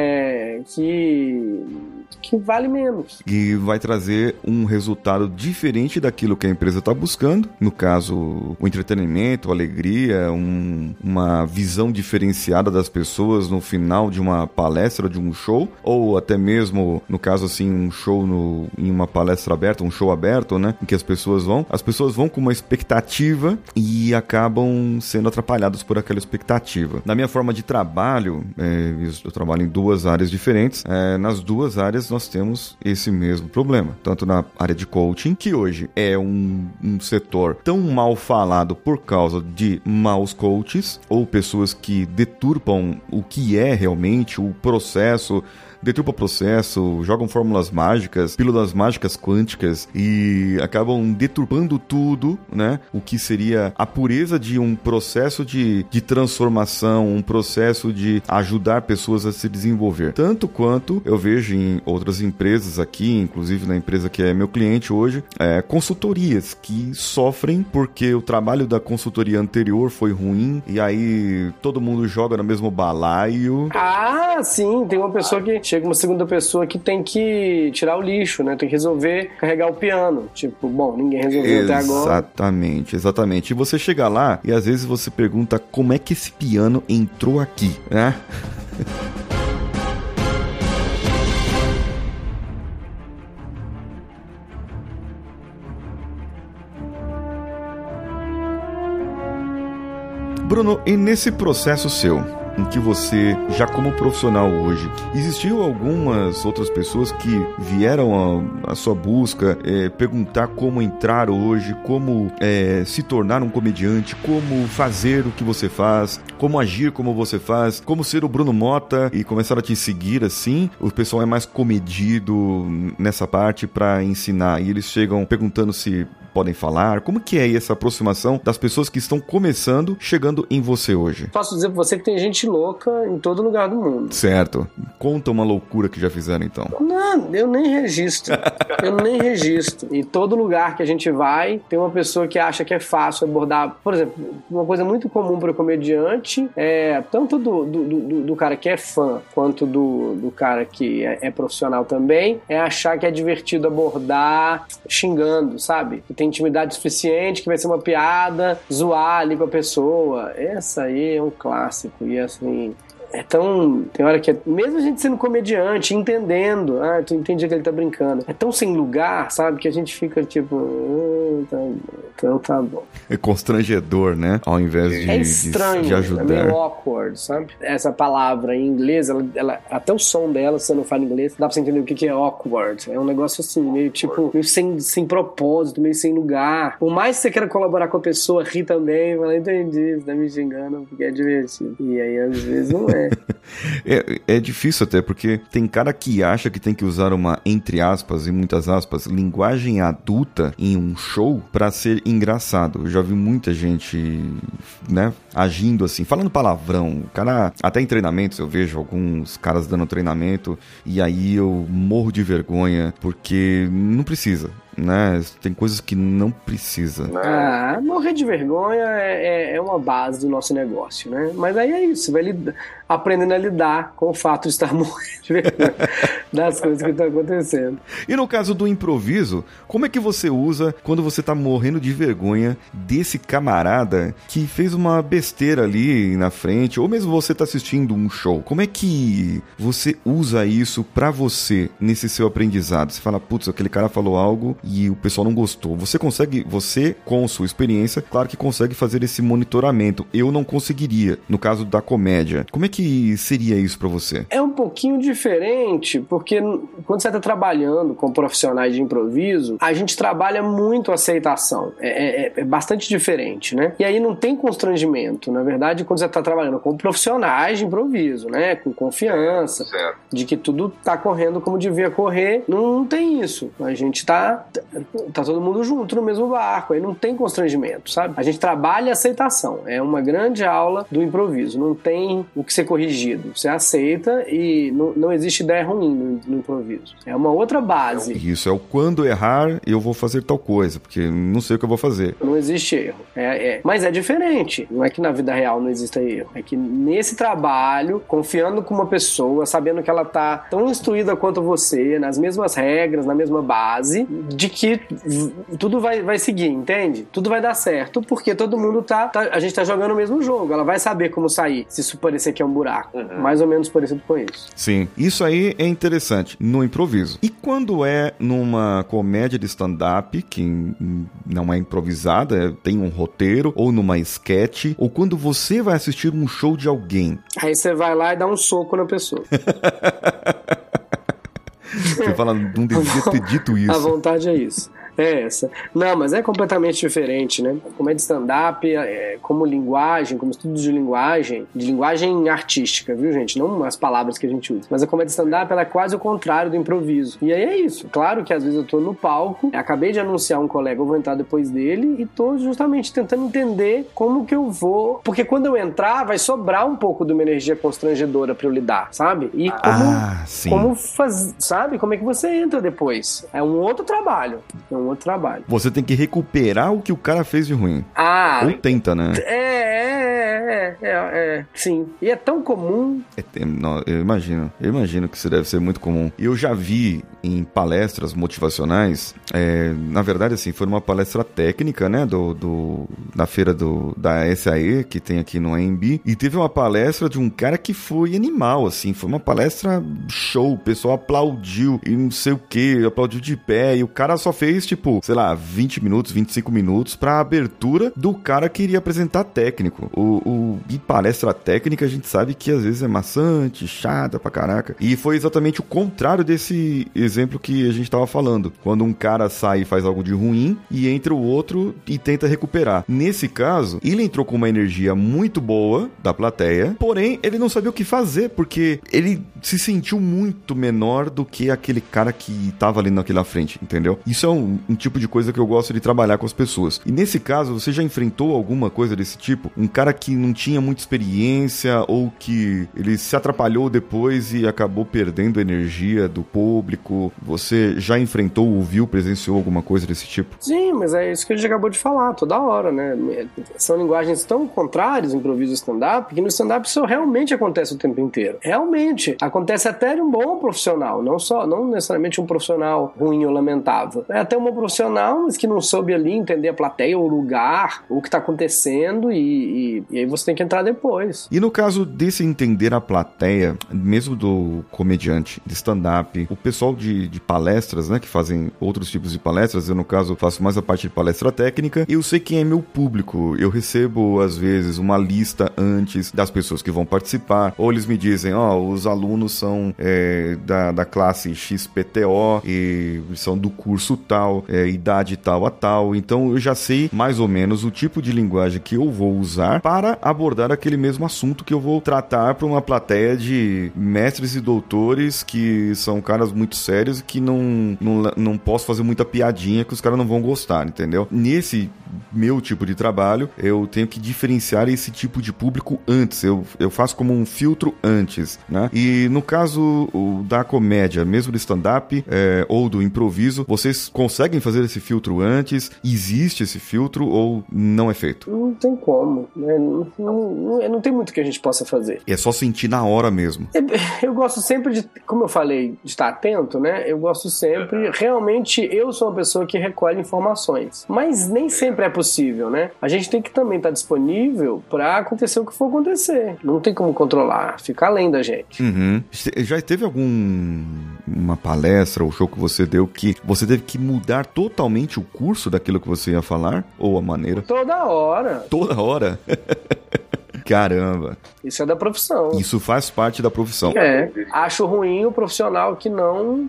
que vale menos. E vai trazer um resultado diferente daquilo que a empresa está buscando. No caso, o entretenimento, a alegria, uma visão diferenciada das pessoas no final de uma palestra, de um show, ou até mesmo, no caso assim, um show em uma palestra aberta, um show aberto, né? Em que as pessoas vão com uma expectativa e acabam sendo atrapalhadas por aquela expectativa. Na minha forma de trabalho, eu trabalho em duas áreas diferentes. Nas duas áreas nós temos esse mesmo problema. Tanto na área de coaching, que hoje é um setor tão mal falado por causa de maus coaches, ou pessoas que deturpam o que é realmente o processo, deturpa processo, jogam fórmulas mágicas, pílulas mágicas quânticas e acabam deturpando tudo, né? O que seria a pureza de um processo de transformação, um processo de ajudar pessoas a se desenvolver. Tanto quanto eu vejo em outras empresas aqui, inclusive na empresa que é meu cliente hoje, consultorias que sofrem porque o trabalho da consultoria anterior foi ruim e aí todo mundo joga no mesmo balaio. Ah, sim, tem uma pessoa que chega uma segunda pessoa que tem que tirar o lixo, né? Tem que resolver carregar o piano. Tipo, bom, ninguém resolveu até agora. Exatamente. E você chega lá e às vezes você pergunta como é que esse piano entrou aqui, né? Bruno, e nesse processo seu, em que você, já como profissional hoje, existiu algumas outras pessoas que vieram à sua busca perguntar como entrar hoje, como se tornar um comediante, como fazer o que você faz, como agir como você faz, como ser o Bruno Motta, e começaram a te seguir assim? O pessoal é mais comedido nessa parte para ensinar e eles chegam perguntando se podem falar? Como que é essa aproximação das pessoas que estão começando, chegando em você hoje? Posso dizer pra você que tem gente louca em todo lugar do mundo. Certo. Conta uma loucura que já fizeram, então. Não, eu nem registro. Em todo lugar que a gente vai, tem uma pessoa que acha que é fácil abordar. Por exemplo, uma coisa muito comum para o comediante é tanto do cara que é fã quanto do cara que é profissional também, é achar que é divertido abordar xingando, sabe? Que tem intimidade suficiente, que vai ser uma piada, zoar ali com a pessoa. Essa aí é um clássico. E assim, é tão... Tem hora que mesmo a gente sendo comediante, entendendo, tu entende que ele tá brincando, é tão sem lugar, sabe? Que a gente fica tipo... Então tá bom. É constrangedor, né? Ao invés de, é estranho, de ajudar. É meio awkward, sabe? Essa palavra em inglês, ela, até o som dela, se você não fala inglês, dá pra você entender o que é awkward. É um negócio assim, meio tipo, meio sem propósito, meio sem lugar. Por mais que você queira colaborar com a pessoa, rir também, fala, entendi, você tá me xingando porque é divertido. E aí, às vezes, não é. É difícil até, porque tem cara que acha que tem que usar uma, entre aspas e muitas aspas, linguagem adulta em um show pra ser engraçado. Eu já vi muita gente, né, agindo assim, falando palavrão. O cara, até em treinamentos eu vejo alguns caras dando treinamento e aí eu morro de vergonha porque não precisa, né? Tem coisas que não precisa. Morrer de vergonha é uma base do nosso negócio, né? Mas aí é isso, você vai aprendendo a lidar com o fato de estar morrendo de vergonha das coisas que estão acontecendo. E no caso do improviso, como é que você usa quando você tá morrendo de vergonha desse camarada que fez uma besteira ali na frente, ou mesmo você tá assistindo um show? Como é que você usa isso pra você nesse seu aprendizado? Você fala, putz, aquele cara falou algo e o pessoal não gostou. Você com sua experiência, claro que consegue fazer esse monitoramento. Eu não conseguiria, no caso da comédia. Como é que seria isso pra você? É um pouquinho diferente, porque quando você tá trabalhando com profissionais de improviso, a gente trabalha muito a aceitação. É bastante diferente, né? E aí não tem constrangimento. Na verdade, quando você tá trabalhando com profissionais de improviso, né? Com confiança, certo, de que tudo tá correndo como devia correr, não tem isso. A gente tá todo mundo junto no mesmo barco, aí não tem constrangimento, sabe? A gente trabalha a aceitação, é uma grande aula do improviso, não tem o que ser corrigido, você aceita e não existe ideia ruim no improviso, é uma outra base. Isso, é o quando errar eu vou fazer tal coisa, porque não sei o que eu vou fazer. Não existe erro, mas é diferente, não é que na vida real não exista erro, é que nesse trabalho, confiando com uma pessoa, sabendo que ela tá tão instruída quanto você, nas mesmas regras, na mesma base, de que tudo vai seguir, entende? Tudo vai dar certo, porque todo mundo a gente tá jogando o mesmo jogo, ela vai saber como sair, se isso parecer que é um buraco, mais ou menos parecido com isso. Sim, isso aí é interessante, no improviso. E quando é numa comédia de stand-up, que não é improvisada, tem um roteiro, ou numa sketch, ou quando você vai assistir um show de alguém? Aí você vai lá e dá um soco na pessoa. Você fala, não devia ter dito isso. A vontade é isso. É essa. Não, mas é completamente diferente, né? Como é de stand-up, como linguagem, como estudo de linguagem artística, viu, gente? Não as palavras que a gente usa. Mas a comédia stand-up, ela é quase o contrário do improviso. E aí é isso. Claro que às vezes eu tô no palco, acabei de anunciar um colega, eu vou entrar depois dele e tô justamente tentando entender como que eu vou... Porque quando eu entrar, vai sobrar um pouco de uma energia constrangedora pra eu lidar, sabe? E como fazer, sabe? Como é que você entra depois? É um outro trabalho. Outro trabalho. Você tem que recuperar o que o cara fez de ruim. Ou tenta, né? Sim. E é tão comum. Eu imagino que isso deve ser muito comum. Eu já vi em palestras motivacionais, na verdade, assim, foi uma palestra técnica, né, na feira da SAE, que tem aqui no AMB, e teve uma palestra de um cara que foi animal, assim, foi uma palestra show, o pessoal aplaudiu e não sei o que, aplaudiu de pé, e o cara só fez, tipo, sei lá, 20 minutos, 25 minutos pra abertura do cara que iria apresentar técnico. E palestra técnica a gente sabe que às vezes é maçante, chata pra caraca, e foi exatamente o contrário desse exemplo que a gente tava falando, quando um cara sai e faz algo de ruim e entra o outro e tenta recuperar. Nesse caso, ele entrou com uma energia muito boa da plateia, porém ele não sabia o que fazer, porque ele se sentiu muito menor do que aquele cara que tava ali naquela frente, entendeu? Isso é um tipo de coisa que eu gosto de trabalhar com as pessoas. E nesse caso, você já enfrentou alguma coisa desse tipo? Um cara que não tinha muita experiência ou que ele se atrapalhou depois e acabou perdendo energia do público? Você já enfrentou, ouviu, presenciou alguma coisa desse tipo? Sim, mas é isso que a gente acabou de falar toda hora, né? São linguagens tão contrárias, improviso e stand-up, que no stand-up isso realmente acontece o tempo inteiro. Realmente. Acontece até de um bom profissional, não necessariamente um profissional ruim ou lamentável. É até um bom profissional, mas que não soube ali entender a plateia, o lugar, o que tá acontecendo, e aí você tem que entrar depois. E no caso desse entender a plateia, mesmo do comediante, de stand-up, o pessoal de palestras, né, que fazem outros tipos de palestras, eu no caso faço mais a parte de palestra técnica, eu sei quem é meu público, eu recebo às vezes uma lista antes das pessoas que vão participar, ou eles me dizem, os alunos são da classe XPTO e são do curso tal, idade tal a tal, então eu já sei mais ou menos o tipo de linguagem que eu vou usar para abordar aquele mesmo assunto que eu vou tratar para uma plateia de mestres e doutores que são caras muito sérios e que não posso fazer muita piadinha que os caras não vão gostar, entendeu? Nesse meu tipo de trabalho, eu tenho que diferenciar esse tipo de público antes, eu faço como um filtro antes, né? E no caso da comédia, mesmo do stand-up ou do improviso, vocês conseguem fazer esse filtro antes? Existe esse filtro ou não é feito? Não tem como, né? Não tem muito que a gente possa fazer. É só sentir na hora mesmo. Eu gosto sempre de, como eu falei, de estar atento, né? Eu gosto sempre, realmente, eu sou uma pessoa que recolhe informações, mas nem sempre é possível, né? A gente tem que também estar disponível para acontecer o que for acontecer. Não tem como controlar, fica além da gente. Uhum. Já teve uma palestra ou show que você deu que você teve que mudar totalmente o curso daquilo que você ia falar? Ou a maneira? Toda hora. Toda hora? Caramba. Isso é da profissão. Isso faz parte da profissão. Acho ruim o profissional que não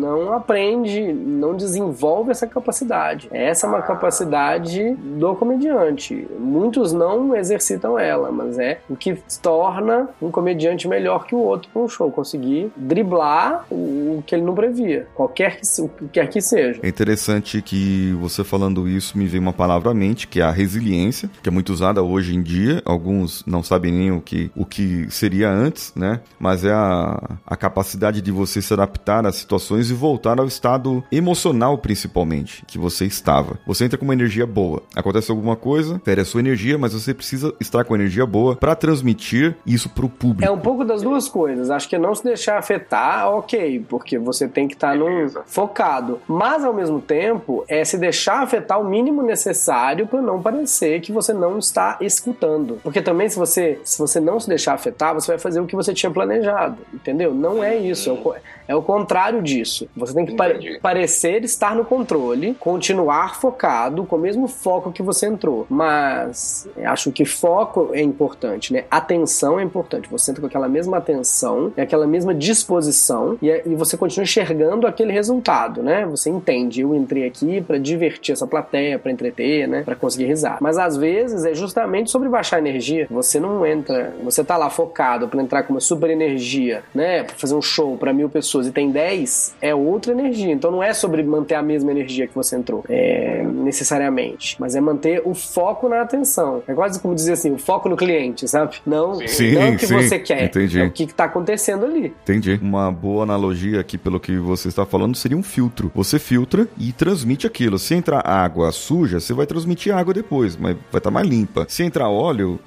aprende, não desenvolve essa capacidade. Essa é uma capacidade do comediante. Muitos não exercitam ela, mas é o que torna um comediante melhor que o outro para um show. Conseguir driblar o que ele não previa. O que quer que seja. É interessante que você falando isso me veio uma palavra à mente, que é a resiliência, que é muito usada hoje em dia. Alguns não sabem nem o que seria antes, né? Mas é a capacidade de você se adaptar às situações e voltar ao estado emocional, principalmente, que você estava. Você entra com uma energia boa. Acontece alguma coisa, perde a sua energia, mas você precisa estar com energia boa para transmitir isso pro público. É um pouco das duas coisas. Acho que não se deixar afetar, ok, porque você tem que estar focado. Mas, ao mesmo tempo, é se deixar afetar o mínimo necessário para não parecer que você não está escutando. Porque também, se você não se deixar afetar, você vai fazer o que você tinha planejado, entendeu? Não é isso, é o contrário disso. Você tem que parecer estar no controle, continuar focado, com o mesmo foco que você entrou. Mas acho que foco é importante, né? Atenção é importante. Você entra com aquela mesma atenção, aquela mesma disposição, e você continua enxergando aquele resultado, né? Você entende, eu entrei aqui para divertir essa plateia, para entreter, né? Para conseguir risar. Mas às vezes é justamente sobre baixar a energia. Você não entra, você tá lá focado para entrar com uma super energia, né? Para fazer um show para 1000 pessoas e tem 10, é outra energia. Então não é sobre manter a mesma energia que você entrou, necessariamente. Mas é manter o foco na atenção. É quase como dizer assim, o foco no cliente, sabe? Não o que você quer. Entendi. É o que tá acontecendo ali. Entendi. Uma boa analogia aqui, pelo que você está falando, seria um filtro. Você filtra e transmite aquilo. Se entrar água suja, você vai transmitir água depois, mas vai estar mais limpa. Se entrar óleo, vai sair óleo.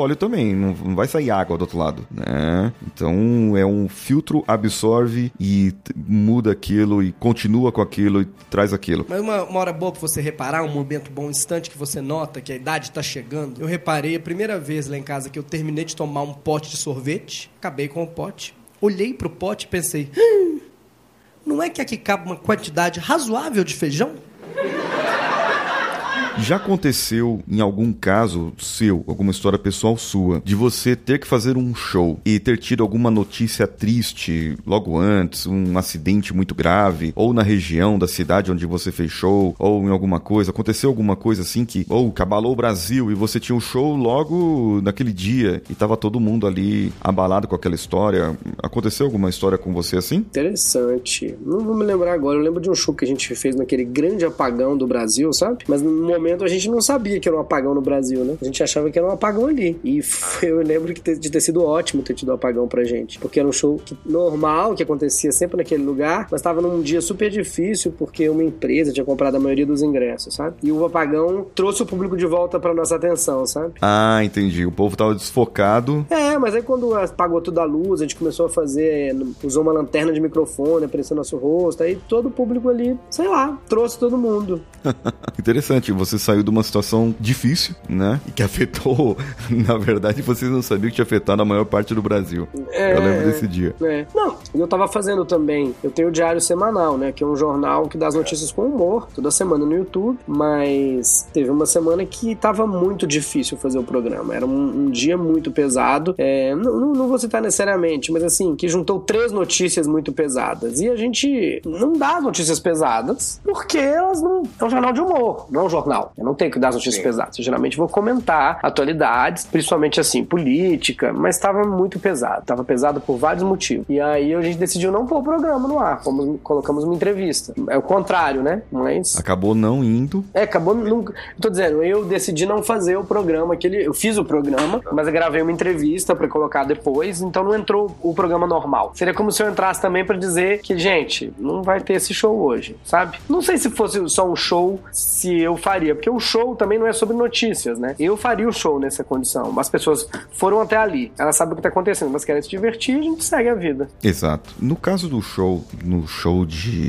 óleo também, não vai sair água do outro lado, né? Então é um filtro, absorve e muda aquilo e continua com aquilo e traz aquilo. Mas uma hora boa pra você reparar, um momento bom, um instante que você nota que a idade tá chegando. Eu reparei a primeira vez lá em casa que eu terminei de tomar um pote de sorvete, acabei com o pote, olhei pro pote e pensei, não é que aqui cabe uma quantidade razoável de feijão? Já aconteceu em algum caso seu, alguma história pessoal sua, de você ter que fazer um show e ter tido alguma notícia triste logo antes, um acidente muito grave, ou na região da cidade onde você fez show, ou em alguma coisa, aconteceu alguma coisa assim que, ou abalou o Brasil e você tinha um show logo naquele dia e tava todo mundo ali abalado com aquela história? Aconteceu alguma história com você assim? Interessante. Não vou me lembrar agora, eu lembro de um show que a gente fez naquele grande apagão do Brasil, sabe? Mas no momento a gente não sabia que era um apagão no Brasil, né? A gente achava que era um apagão ali. E eu lembro de ter sido ótimo ter tido um apagão pra gente. Porque era um show normal, que acontecia sempre naquele lugar, mas tava num dia super difícil, porque uma empresa tinha comprado a maioria dos ingressos, sabe? E o apagão trouxe o público de volta pra nossa atenção, sabe? Ah, entendi. O povo tava desfocado. Mas aí quando apagou tudo a luz, a gente começou a fazer, usou uma lanterna de microfone, apareceu nosso rosto, aí todo o público ali, sei lá, trouxe todo mundo. Interessante, você saiu de uma situação difícil, né? E que afetou, na verdade, vocês não sabiam que tinha afetado a maior parte do Brasil. Eu lembro desse dia. Não, eu tava fazendo também, eu tenho o Diário Semanal, né? Que é um jornal que dá as notícias com humor, toda semana no YouTube, mas teve uma semana que tava muito difícil fazer o programa, era um dia muito pesado, não vou citar necessariamente, mas assim, que juntou 3 notícias muito pesadas, e a gente não dá as notícias pesadas, porque elas não... É um jornal de humor, não é um jornal. Eu não tenho que dar as notícias pesadas. Eu geralmente vou comentar atualidades, principalmente assim, política, mas estava muito pesado. Estava pesado por vários motivos. E aí a gente decidiu não pôr o programa no ar. Colocamos uma entrevista. É o contrário, né? Mas... Acabou não indo. Acabou nunca. Tô dizendo, eu decidi não fazer o programa. Eu fiz o programa, mas eu gravei uma entrevista pra colocar depois, então não entrou o programa normal. Seria como se eu entrasse também pra dizer que, gente, não vai ter esse show hoje, sabe? Não sei se fosse só um show, se eu faria, porque o show também não é sobre notícias, né? Eu faria o show nessa condição. As pessoas foram até ali, elas sabem o que tá acontecendo, mas querem se divertir, a gente segue a vida. Exato. No caso do show, no show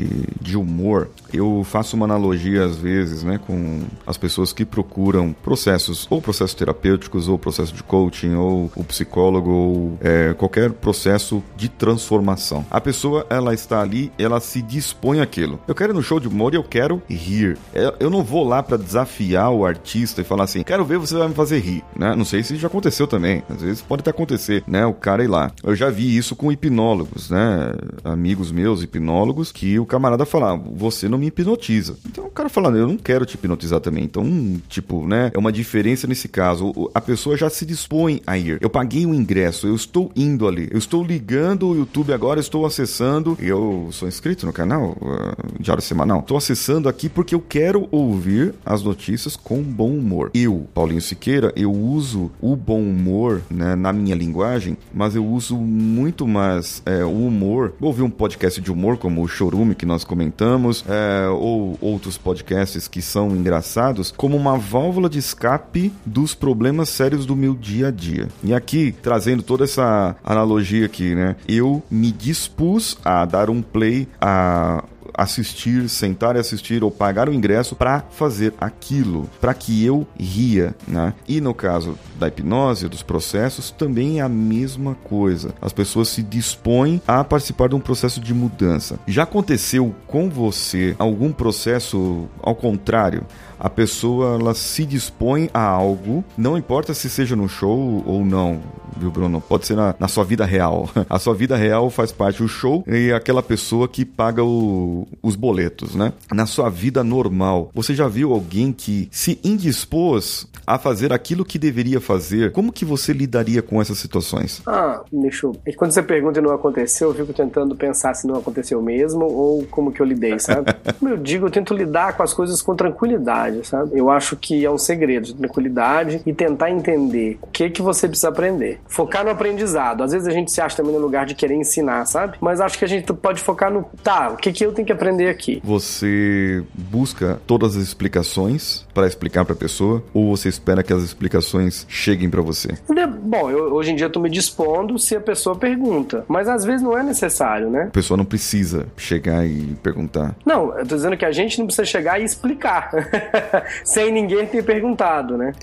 de humor, eu faço uma analogia às vezes, né, com as pessoas que procuram processos, ou processos terapêuticos, ou processo de coaching, ou o psicólogo, ou qualquer processo de transformação. A pessoa, ela está ali, ela se dispõe àquilo. Eu quero ir no show de humor e eu quero rir. Eu não vou lá pra desafiar o artista e falar assim, quero ver, você vai me fazer rir, né? Não sei se já aconteceu também, às vezes pode até acontecer, né? O cara ir lá. Eu já vi isso com hipnólogos, né? Amigos meus, hipnólogos, que o camarada fala, você não me hipnotiza. Então o cara fala, eu não quero te hipnotizar também. Então, tipo, né? É uma diferença nesse caso. A pessoa já se dispõe a ir. Eu paguei um ingresso, eu estou indo ali. Eu estou ligando o YouTube agora, estou acessando. Eu sou inscrito no canal Diário Semanal. Estou acessando aqui porque eu quero ouvir as notícias com bom humor. Eu, Paulinho Siqueira, eu uso o bom humor, né, na minha linguagem, mas eu uso muito mais o humor. Vou ouvir um podcast de humor como o Chorume, que nós comentamos, ou outros podcasts que são engraçados, como uma válvula de escape dos problemas sérios do meu dia a dia. E aqui, trazendo toda essa analogia aqui, né, eu me dispus a dar um play, a assistir, sentar e assistir ou pagar o ingresso para fazer aquilo, para que eu ria, né? E no caso da hipnose, dos processos, também é a mesma coisa. As pessoas se dispõem a participar de um processo de mudança. Já aconteceu com você algum processo ao contrário? A pessoa, ela se dispõe a algo, não importa se seja no show ou não, viu, Bruno? Pode ser na sua vida real. A sua vida real faz parte do show e aquela pessoa que paga os boletos, né? Na sua vida normal, você já viu alguém que se indispôs a fazer aquilo que deveria fazer? Como que você lidaria com essas situações? Quando você pergunta e não aconteceu, eu fico tentando pensar se não aconteceu mesmo ou como que eu lidei, sabe? Como eu digo, eu tento lidar com as coisas com tranquilidade. tranquilidade, sabe? Eu acho que é um segredo de tranquilidade e tentar entender o que você precisa aprender. Focar no aprendizado. Às vezes a gente se acha também no lugar de querer ensinar, sabe? Mas acho que a gente pode focar no, o que eu tenho que aprender aqui? Você busca todas as explicações para explicar para a pessoa ou você espera que as explicações cheguem para você? Bom, hoje em dia eu tô me dispondo se a pessoa pergunta, mas às vezes não é necessário, né? A pessoa não precisa chegar e perguntar. Não, eu tô dizendo que a gente não precisa chegar e explicar sem ninguém ter perguntado, né?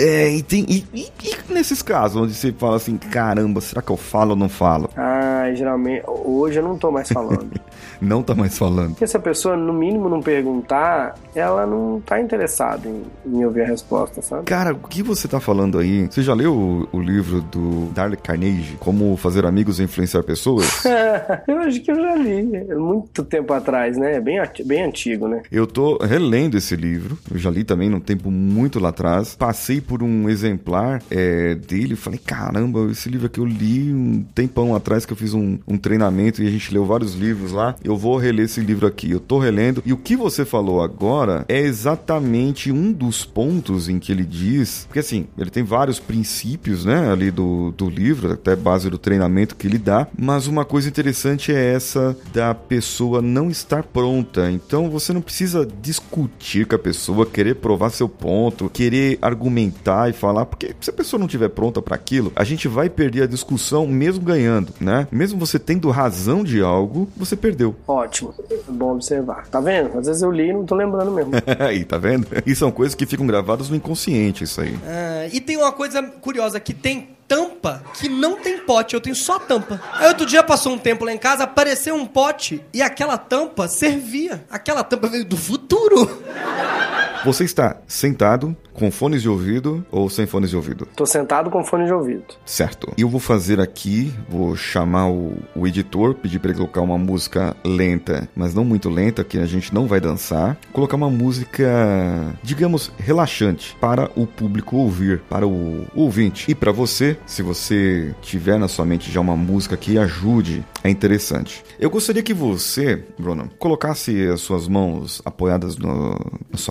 E nesses casos onde você fala assim, caramba, será que eu falo ou não falo? Geralmente, hoje eu não tô mais falando. Não tá mais falando. Porque se a pessoa, no mínimo, não perguntar, ela não tá interessada em ouvir a resposta, sabe? Cara, o que você tá falando aí? Você já leu o livro do Dale Carnegie, Como Fazer Amigos e Influenciar Pessoas? Eu acho que eu já li. Muito tempo atrás, né? É bem antigo, né? Eu tô relendo esse livro. Eu já li também num tempo muito lá atrás. Passei por um exemplar dele. Falei, caramba, esse livro aqui eu li um tempão atrás que eu fiz um treinamento e a gente leu vários livros lá. Eu vou reler esse livro aqui. Eu tô relendo. E o que você falou agora é exatamente um dos pontos em que ele diz... Porque assim, ele tem vários princípios, né? Ali do livro, até base do treinamento que ele dá. Mas uma coisa interessante é essa da pessoa não estar pronta. Então você não precisa discutir com a pessoa, querer provar seu ponto, querer argumentar e falar, porque se a pessoa não estiver pronta para aquilo, a gente vai perder a discussão mesmo ganhando, né? Mesmo você tendo razão de algo, você perdeu. Ótimo, bom observar. Tá vendo? Às vezes eu li e não tô lembrando mesmo. Aí, tá vendo? E são coisas que ficam gravadas no inconsciente, isso aí. E tem uma coisa curiosa, que tem tampa que não tem pote, eu tenho só tampa. Aí outro dia passou um tempo lá em casa, apareceu um pote e aquela tampa servia. Aquela tampa veio do futuro. Você está sentado com fones de ouvido ou sem fones de ouvido? Tô sentado com fone de ouvido. Certo. Eu vou fazer aqui, vou chamar o editor, pedir para ele colocar uma música lenta, mas não muito lenta, que a gente não vai dançar. Colocar uma música, digamos, relaxante para o público ouvir, para o ouvinte. E para você, se você tiver na sua mente já uma música que ajude, é interessante. Eu gostaria que você, Bruno, colocasse as suas mãos apoiadas nas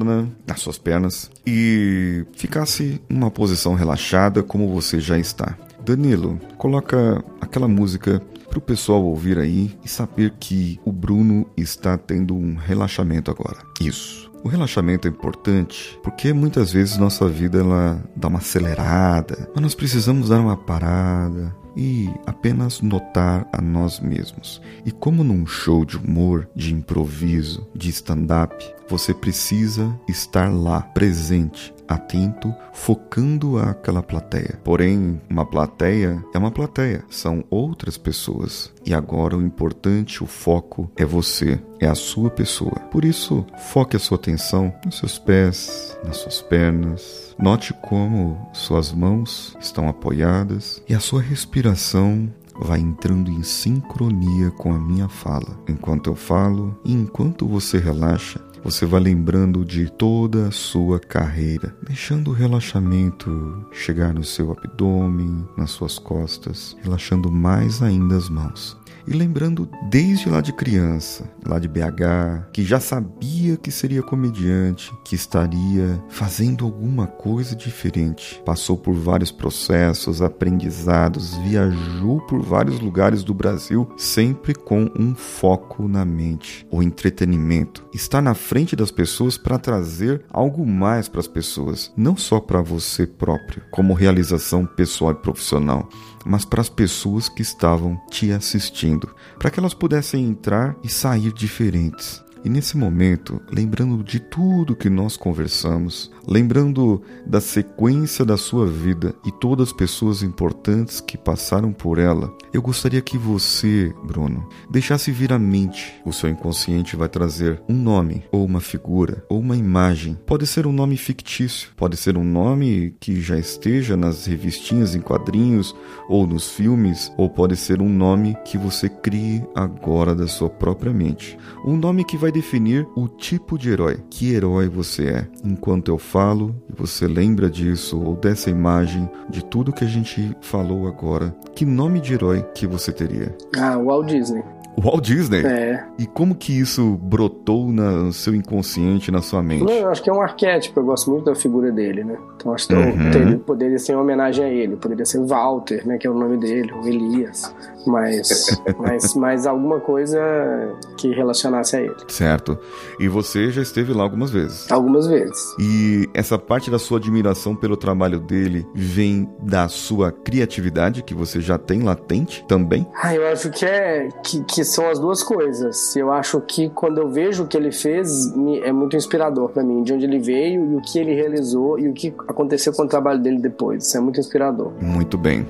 suas pernas e ficasse numa posição relaxada como você já está. Danilo, coloca aquela música para o pessoal ouvir aí e saber que o Bruno está tendo um relaxamento agora. Isso. O relaxamento é importante porque muitas vezes nossa vida ela dá uma acelerada, mas nós precisamos dar uma parada e apenas notar a nós mesmos. E como num show de humor, de improviso, de stand-up, você precisa estar lá, presente, atento, focando aquela plateia. Porém, uma plateia é uma plateia, são outras pessoas. E agora o importante, o foco é você, é a sua pessoa. Por isso, foque a sua atenção nos seus pés, nas suas pernas. Note como suas mãos estão apoiadas e a sua respiração vai entrando em sincronia com a minha fala. Enquanto eu falo e enquanto você relaxa, você vai lembrando de toda a sua carreira, deixando o relaxamento chegar no seu abdômen, nas suas costas, relaxando mais ainda as mãos. E lembrando desde lá de criança, lá de BH, que já sabia que seria comediante, que estaria fazendo alguma coisa diferente. Passou por vários processos, aprendizados, viajou por vários lugares do Brasil, sempre com um foco na mente, o entretenimento. Estar na frente das pessoas para trazer algo mais para as pessoas, não só para você próprio, como realização pessoal e profissional, mas para as pessoas que estavam te assistindo, para que elas pudessem entrar e sair diferentes. E nesse momento, lembrando de tudo que nós conversamos, lembrando da sequência da sua vida e todas as pessoas importantes que passaram por ela, eu gostaria que você, Bruno, deixasse vir à mente. O seu inconsciente vai trazer um nome, ou uma figura, ou uma imagem. Pode ser um nome fictício, pode ser um nome que já esteja nas revistinhas em quadrinhos, ou nos filmes, ou pode ser um nome que você crie agora da sua própria mente. Um nome que vai definir o tipo de herói. Que herói você é? Enquanto eu falo e você lembra disso ou dessa imagem, de tudo que a gente falou agora, que nome de herói que você teria? Walt Disney. Walt Disney? É. E como que isso brotou no seu inconsciente, na sua mente? Não, eu acho que é um arquétipo, eu gosto muito da figura dele, né? Então acho que poderia ser em homenagem a ele, poderia ser Walter, né, que é o nome dele, ou Elias, mas alguma coisa que relacionasse a ele. Certo. E você já esteve lá algumas vezes? Algumas vezes. E essa parte da sua admiração pelo trabalho dele vem da sua criatividade, que você já tem latente também? Eu acho que são as duas coisas. Eu acho que quando eu vejo o que ele fez, é muito inspirador pra mim, de onde ele veio e o que ele realizou e o que aconteceu com o trabalho dele depois. Isso é muito inspirador. Muito bem.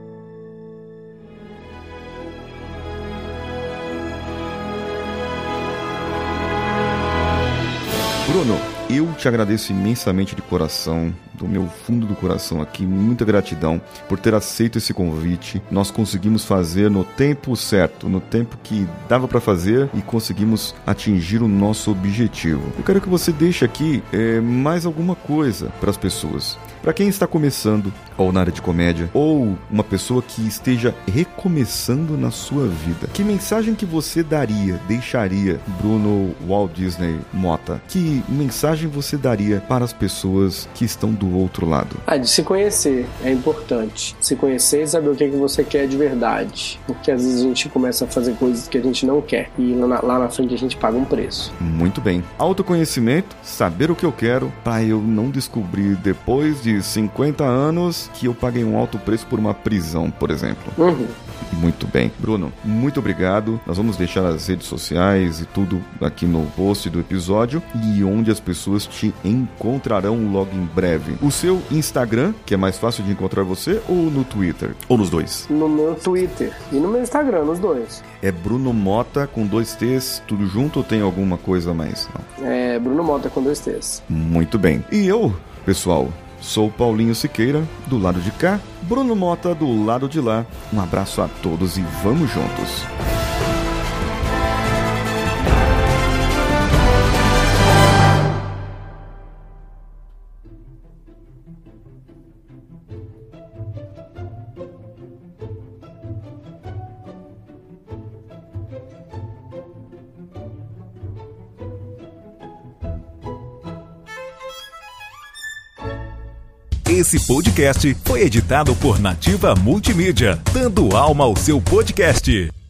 Bruno, eu te agradeço imensamente de coração, do meu fundo do coração aqui, muita gratidão por ter aceito esse convite. Nós conseguimos fazer no tempo certo, no tempo que dava para fazer e conseguimos atingir o nosso objetivo. Eu quero que você deixe aqui mais alguma coisa para as pessoas. Para quem está começando, ou na área de comédia, ou uma pessoa que esteja recomeçando na sua vida, que mensagem que você deixaria, Bruno Walt Disney Mota? Que mensagem você daria para as pessoas que estão do outro lado? De se conhecer, é importante. Se conhecer e saber o que você quer de verdade. Porque às vezes a gente começa a fazer coisas que a gente não quer e lá na frente a gente paga um preço. Muito bem. Autoconhecimento, saber o que eu quero, para eu não descobrir depois de 50 anos que eu paguei um alto preço por uma prisão, por exemplo. Muito bem. Bruno, muito obrigado. Nós vamos deixar as redes sociais e tudo aqui no post do episódio e onde as pessoas te encontrarão logo em breve. O seu Instagram, que é mais fácil de encontrar você, ou no Twitter? Ou nos dois? No meu Twitter e no meu Instagram, nos dois. É Bruno Mota com 2 T's, tudo junto, ou tem alguma coisa a mais? Não. É Bruno Mota com 2 T's. Muito bem. E eu, pessoal, sou Paulinho Siqueira, do lado de cá, Bruno Mota, do lado de lá. Um abraço a todos e vamos juntos. Esse podcast foi editado por Nativa Multimídia, dando alma ao seu podcast.